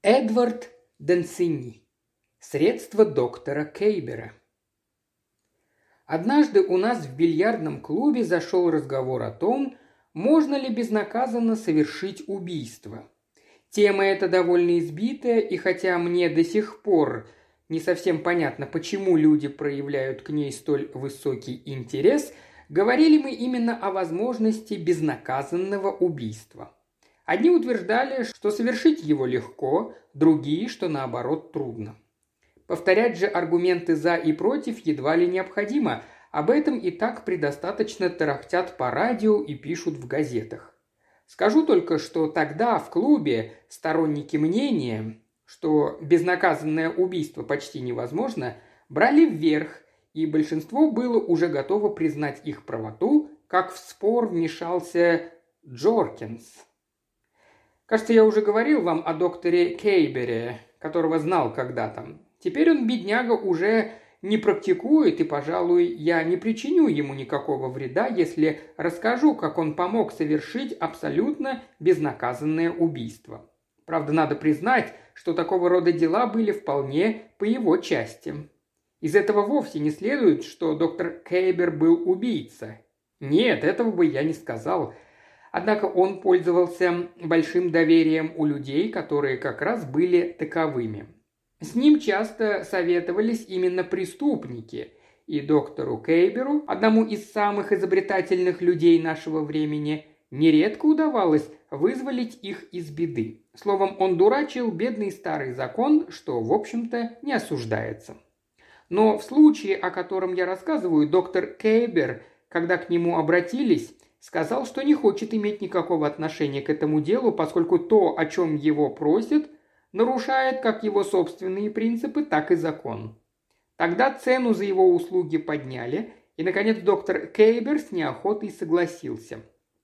Эдвард Денсини. Средства доктора Кейбера. Однажды у нас в бильярдном клубе зашел разговор о том, можно ли безнаказанно совершить убийство. Тема эта довольно избитая, и хотя мне до сих пор не совсем понятно, почему люди проявляют к ней столь высокий интерес, говорили мы именно о возможности безнаказанного убийства. Одни утверждали, что совершить его легко, другие, что наоборот трудно. Повторять же аргументы «за» и «против» едва ли необходимо, об этом и так предостаточно тарахтят по радио и пишут в газетах. Скажу только, что тогда в клубе сторонники мнения, что безнаказанное убийство почти невозможно, брали вверх, и большинство было уже готово признать их правоту, как в спор вмешался Джоркинс. Кажется, я уже говорил вам о докторе Кейбере, которого знал когда-то. Теперь он, бедняга, уже не практикует, и, пожалуй, я не причиню ему никакого вреда, если расскажу, как он помог совершить абсолютно безнаказанное убийство. Правда, надо признать, что такого рода дела были вполне по его части. Из этого вовсе не следует, что доктор Кейбер был убийца. Нет, этого бы я не сказал. Однако он пользовался большим доверием у людей, которые как раз были таковыми. С ним часто советовались именно преступники, и доктору Кейберу, одному из самых изобретательных людей нашего времени, нередко удавалось вызволить их из беды. Словом, он дурачил бедный старый закон, что, в общем-то, не осуждается. Но в случае, о котором я рассказываю, доктор Кейбер, когда к нему обратились, сказал, что не хочет иметь никакого отношения к этому делу, поскольку то, о чем его просят, нарушает как его собственные принципы, так и закон. Тогда цену за его услуги подняли, и, наконец, доктор Кейбер с неохотой согласился.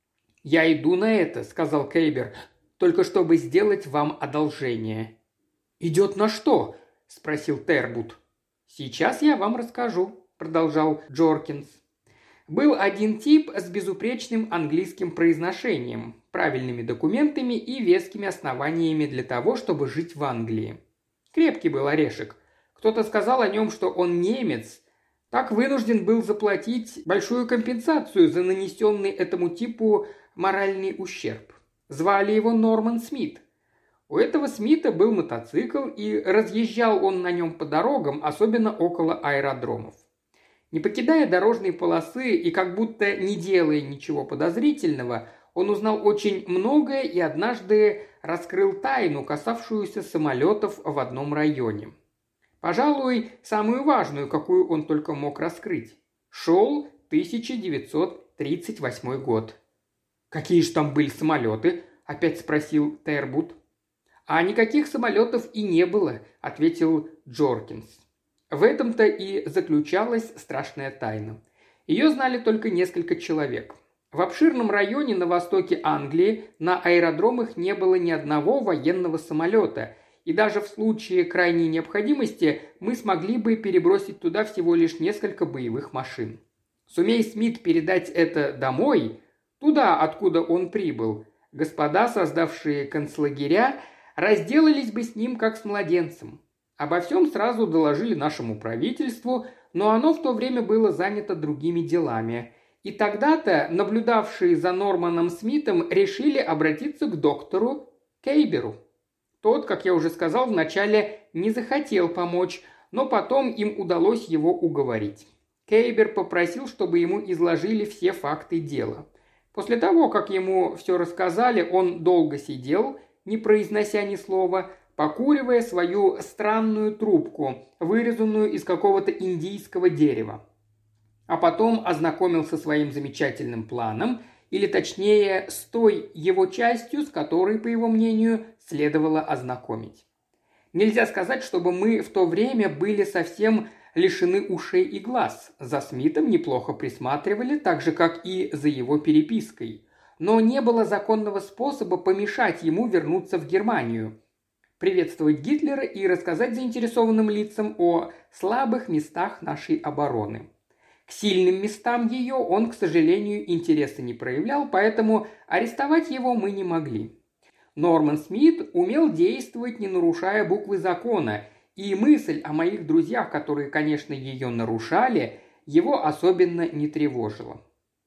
«Я иду на это», — сказал Кейбер, — «только чтобы сделать вам одолжение». «Идет на что?» — спросил Тербут. «Сейчас я вам расскажу», — продолжал Джоркинс. Был один тип с безупречным английским произношением, правильными документами и вескими основаниями для того, чтобы жить в Англии. Крепкий был орешек. Кто-то сказал о нем, что он немец, так вынужден был заплатить большую компенсацию за нанесенный этому типу моральный ущерб. Звали его Норман Смит. У этого Смита был мотоцикл, и разъезжал он на нем по дорогам, особенно около аэродромов. Не покидая дорожной полосы и как будто не делая ничего подозрительного, он узнал очень многое и однажды раскрыл тайну, касавшуюся самолетов в одном районе. Пожалуй, самую важную, какую он только мог раскрыть. Шел 1938 год. «Какие же там были самолеты?» – опять спросил Тербут. «А никаких самолетов и не было», – ответил Джоркинс. В этом-то и заключалась страшная тайна. Ее знали только несколько человек. В обширном районе на востоке Англии на аэродромах не было ни одного военного самолета, и даже в случае крайней необходимости мы смогли бы перебросить туда всего лишь несколько боевых машин. Сумей Смит передать это домой, туда, откуда он прибыл, господа, создавшие концлагеря, разделались бы с ним как с младенцем. Обо всем сразу доложили нашему правительству, но оно в то время было занято другими делами. И тогда-то наблюдавшие за Норманом Смитом решили обратиться к доктору Кейберу. Тот, как я уже сказал, вначале не захотел помочь, но потом им удалось его уговорить. Кейбер попросил, чтобы ему изложили все факты дела. После того, как ему все рассказали, он долго сидел, не произнося ни слова, покуривая свою странную трубку, вырезанную из какого-то индийского дерева. А потом ознакомился со своим замечательным планом, или точнее с той его частью, с которой, по его мнению, следовало ознакомить. Нельзя сказать, чтобы мы в то время были совсем лишены ушей и глаз. За Смитом неплохо присматривали, так же, как и за его перепиской. Но не было законного способа помешать ему вернуться в Германию, приветствовать Гитлера и рассказать заинтересованным лицам о слабых местах нашей обороны. К сильным местам ее он, к сожалению, интереса не проявлял, поэтому арестовать его мы не могли. Норман Смит умел действовать, не нарушая буквы закона, и мысль о моих друзьях, которые, конечно, ее нарушали, его особенно не тревожила.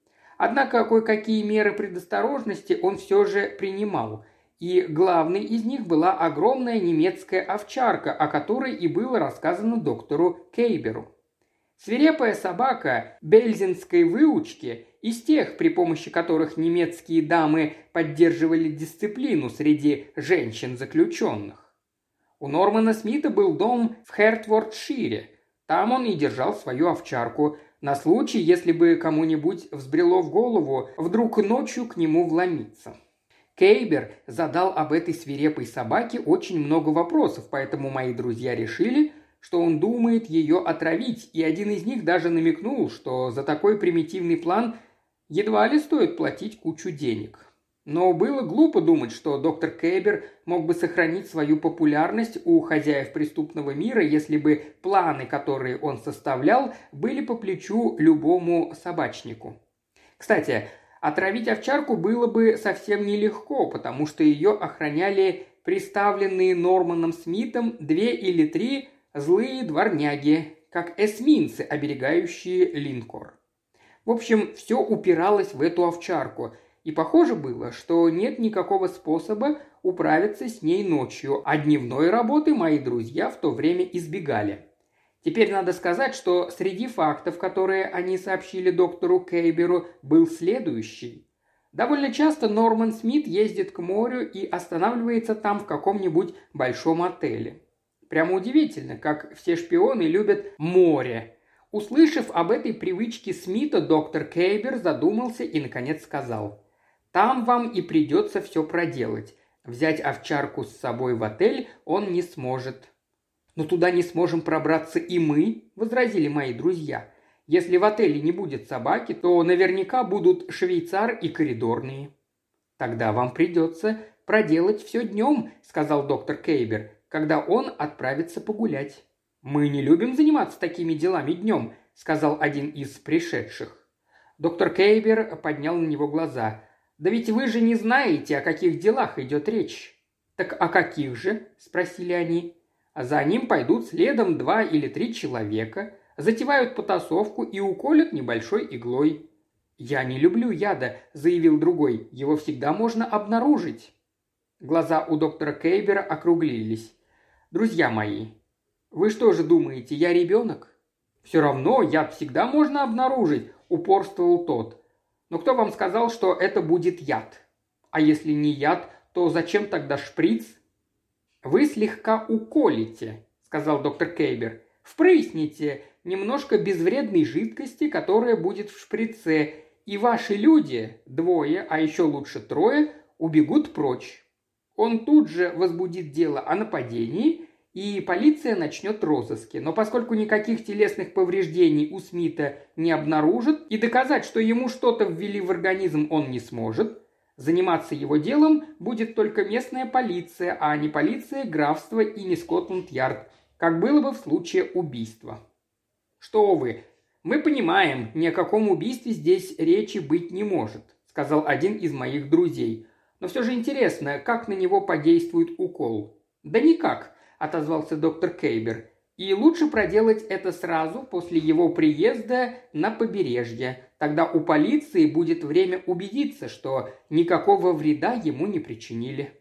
Однако кое-какие меры предосторожности он все же принимал, и главной из них была огромная немецкая овчарка, о которой и было рассказано доктору Кейберу. Свирепая собака бельзинской выучки, из тех, при помощи которых немецкие дамы поддерживали дисциплину среди женщин-заключенных. У Нормана Смита был дом в Хертфордшире. Там он и держал свою овчарку, на случай, если бы кому-нибудь взбрело в голову вдруг ночью к нему вломиться. Кейбер задал об этой свирепой собаке очень много вопросов, поэтому мои друзья решили, что он думает ее отравить, и один из них даже намекнул, что за такой примитивный план едва ли стоит платить кучу денег. Но было глупо думать, что доктор Кейбер мог бы сохранить свою популярность у хозяев преступного мира, если бы планы, которые он составлял, были по плечу любому собачнику. Кстати, отравить овчарку было бы совсем нелегко, потому что ее охраняли приставленные Норманом Смитом 2 или 3 злые дворняги, как эсминцы, оберегающие линкор. В общем, все упиралось в эту овчарку, и похоже было, что нет никакого способа управиться с ней ночью, а дневной работы мои друзья в то время избегали. Теперь надо сказать, что среди фактов, которые они сообщили доктору Кейберу, был следующий. Довольно часто Норман Смит ездит к морю и останавливается там в каком-нибудь большом отеле. Прямо удивительно, как все шпионы любят море. Услышав об этой привычке Смита, доктор Кейбер задумался и, наконец, сказал: «Там вам и придется все проделать. Взять овчарку с собой в отель он не сможет». «Но туда не сможем пробраться и мы», – возразили мои друзья. «Если в отеле не будет собаки, то наверняка будут швейцар и коридорные». «Тогда вам придется проделать все днем», – сказал доктор Кейбер, – «когда он отправится погулять». «Мы не любим заниматься такими делами днем», – сказал один из пришедших. Доктор Кейбер поднял на него глаза. «Да ведь вы же не знаете, о каких делах идет речь». «Так о каких же?» – спросили они. «За ним пойдут следом 2 или 3 человека, затевают потасовку и уколют небольшой иглой». «Я не люблю яда», – заявил другой, – «его всегда можно обнаружить». Глаза у доктора Кейбера округлились. «Друзья мои, вы что же думаете, я ребенок?» «Все равно яд всегда можно обнаружить», – упорствовал тот. «Но кто вам сказал, что это будет яд? А если не яд, то зачем тогда шприц?» «Вы слегка уколите», – сказал доктор Кейбер. «Впрысните немножко безвредной жидкости, которая будет в шприце, и ваши люди, 2, а еще лучше 3, убегут прочь. Он тут же возбудит дело о нападении, и полиция начнет розыски. Но поскольку никаких телесных повреждений у Смита не обнаружат, и доказать, что ему что-то ввели в организм, он не сможет, заниматься его делом будет только местная полиция, а не полиция графства и не Скотланд-Ярд, как было бы в случае убийства». «Что вы, мы понимаем, ни о каком убийстве здесь речи быть не может», – сказал один из моих друзей. «Но все же интересно, как на него подействует укол?» «Да никак», – отозвался доктор Кейбер. «И лучше проделать это сразу после его приезда на побережье. Тогда у полиции будет время убедиться, что никакого вреда ему не причинили».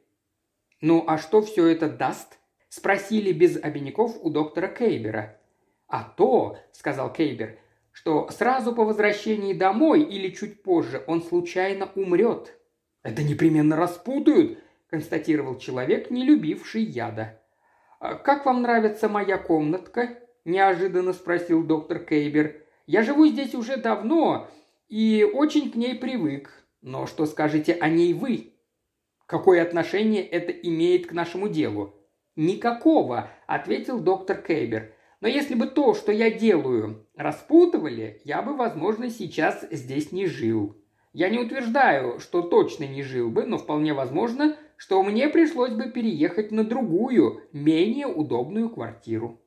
«Ну а что все это даст?» – спросили без обиняков у доктора Кейбера. «А то», – сказал Кейбер, – «что сразу по возвращении домой или чуть позже он случайно умрет». «Это непременно распутают», – констатировал человек, не любивший яда. «Как вам нравится моя комнатка?» – неожиданно спросил доктор Кейбер. «Я живу здесь уже давно и очень к ней привык. Но что скажете о ней вы?» «Какое отношение это имеет к нашему делу?» «Никакого», – ответил доктор Кейбер. «Но если бы то, что я делаю, распутывали, я бы, возможно, сейчас здесь не жил. Я не утверждаю, что точно не жил бы, но вполне возможно, что мне пришлось бы переехать на другую, менее удобную квартиру».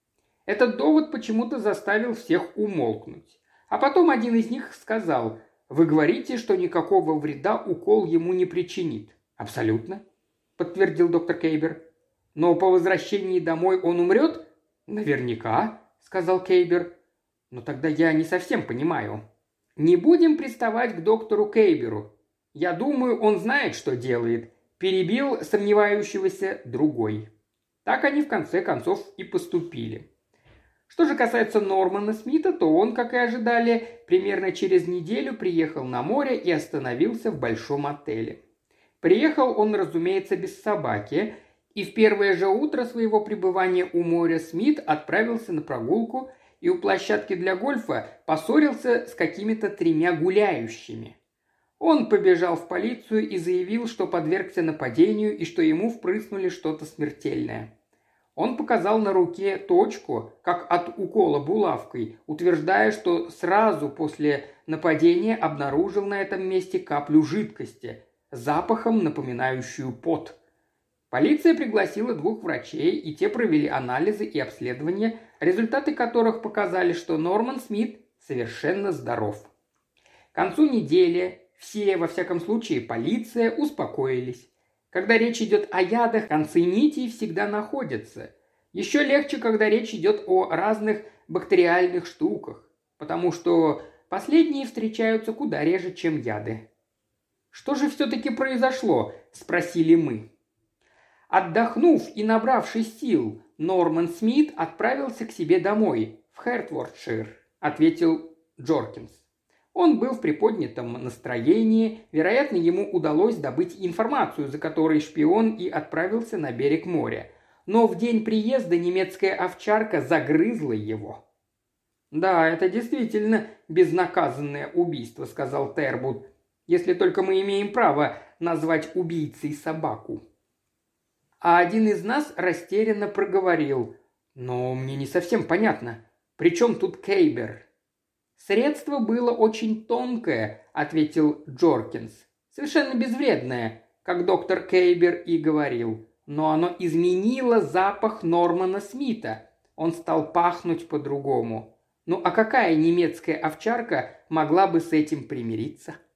Этот довод почему-то заставил всех умолкнуть. А потом один из них сказал: «Вы говорите, что никакого вреда укол ему не причинит?» «Абсолютно». – подтвердил доктор Кейбер. «Но по возвращении домой он умрет?» «Наверняка», – сказал Кейбер. «Но тогда я не совсем понимаю». «Не будем приставать к доктору Кейберу. Я думаю, он знает, что делает», – перебил сомневающегося другой. Так они в конце концов и поступили. Что же касается Нормана Смита, то он, как и ожидали, примерно через неделю приехал на море и остановился в большом отеле. Приехал он, разумеется, без собаки, и в первое же утро своего пребывания у моря Смит отправился на прогулку и у площадки для гольфа поссорился с какими-то 3 гуляющими. Он побежал в полицию и заявил, что подвергся нападению и что ему впрыснули что-то смертельное. Он показал на руке точку, как от укола булавкой, утверждая, что сразу после нападения обнаружил на этом месте каплю жидкости, запахом напоминающую пот. Полиция пригласила 2 врачей, и те провели анализы и обследования, результаты которых показали, что Норман Смит совершенно здоров. К концу недели все, во всяком случае полиция, успокоились. Когда речь идет о ядах, концы нитей всегда находятся. Еще легче, когда речь идет о разных бактериальных штуках, потому что последние встречаются куда реже, чем яды. «Что же все-таки произошло?» – спросили мы. Отдохнув и набравшись сил, Норман Смит отправился к себе домой, в Хертфордшир, ответил Джоркинс. Он был в приподнятом настроении, вероятно, ему удалось добыть информацию, за которой шпион и отправился на берег моря. Но в день приезда немецкая овчарка загрызла его. «Да, это действительно безнаказанное убийство», — сказал Тербут, «если только мы имеем право назвать убийцей собаку». А один из нас растерянно проговорил: «Но мне не совсем понятно, при чем тут Кейбер?» «Средство было очень тонкое», – ответил Джоркинс. «Совершенно безвредное, как доктор Кейбер и говорил. Но оно изменило запах Нормана Смита. Он стал пахнуть по-другому. Ну а какая немецкая овчарка могла бы с этим примириться?»